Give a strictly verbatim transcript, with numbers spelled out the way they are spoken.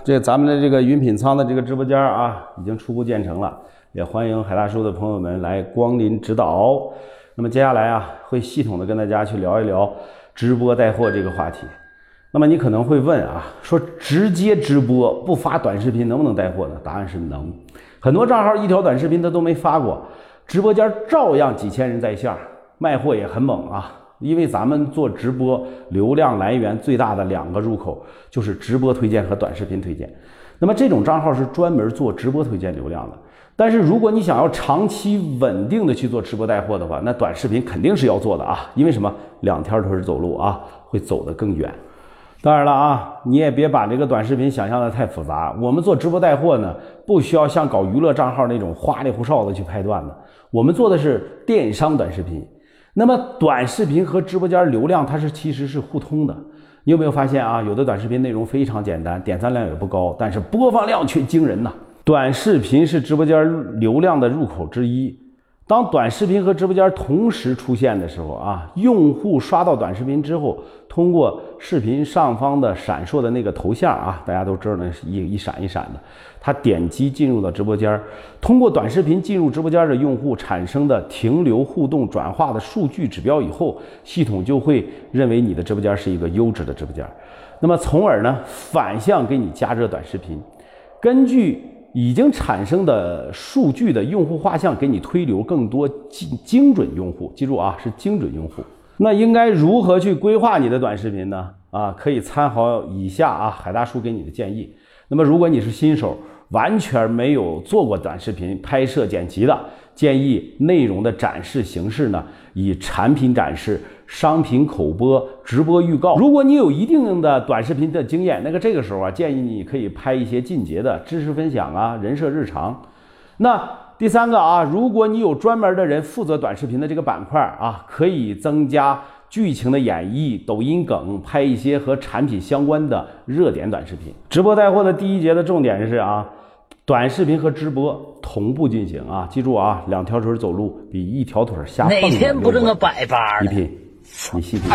这咱们的这个云品仓的这个直播间啊，已经初步建成了，也欢迎海大叔的朋友们来光临指导。那么接下来啊，会系统的跟大家去聊一聊直播带货这个话题。那么你可能会问啊，说直接直播不发短视频能不能带货呢？答案是能。很多账号一条短视频他都没发过，直播间照样几千人在线，卖货也很猛啊。因为咱们做直播流量来源最大的两个入口就是直播推荐和短视频推荐。那么这种账号是专门做直播推荐流量的。但是如果你想要长期稳定的去做直播带货的话，那短视频肯定是要做的啊。因为什么？两条腿走路啊，会走得更远。当然了啊，你也别把这个短视频想象的太复杂。我们做直播带货呢，不需要像搞娱乐账号那种花里胡哨的去拍段子，我们做的是电商短视频。那么短视频和直播间流量它是其实是互通的。你有没有发现啊？有的短视频内容非常简单，点赞量也不高，但是播放量却惊人呐。短视频是直播间流量的入口之一。当短视频和直播间同时出现的时候啊，用户刷到短视频之后，通过视频上方的闪烁的那个头像啊，大家都知道那是一一闪一闪的，他点击进入到直播间，通过短视频进入直播间的用户产生的停留、互动、转化的数据指标以后，系统就会认为你的直播间是一个优质的直播间，那么从而呢反向给你加热短视频，根据已经产生的数据的用户画像给你推流更多精精准用户，记住啊，是精准用户。那应该如何去规划你的短视频呢？啊，可以参考以下啊海大叔给你的建议。那么如果你是新手，完全没有做过短视频拍摄剪辑的，建议内容的展示形式呢，以产品展示、商品口播、直播预告。如果你有一定的短视频的经验，那个这个时候啊，建议你可以拍一些进阶的知识分享啊、人设日常。那第三个啊，如果你有专门的人负责短视频的这个板块啊，可以增加剧情的演绎、抖音梗，拍一些和产品相关的热点短视频。直播带货的第一节的重点是啊，短视频和直播同步进行啊，记住啊，两条腿走路比一条腿瞎蹦。 哪天不挣个百八？ 一品，你细品。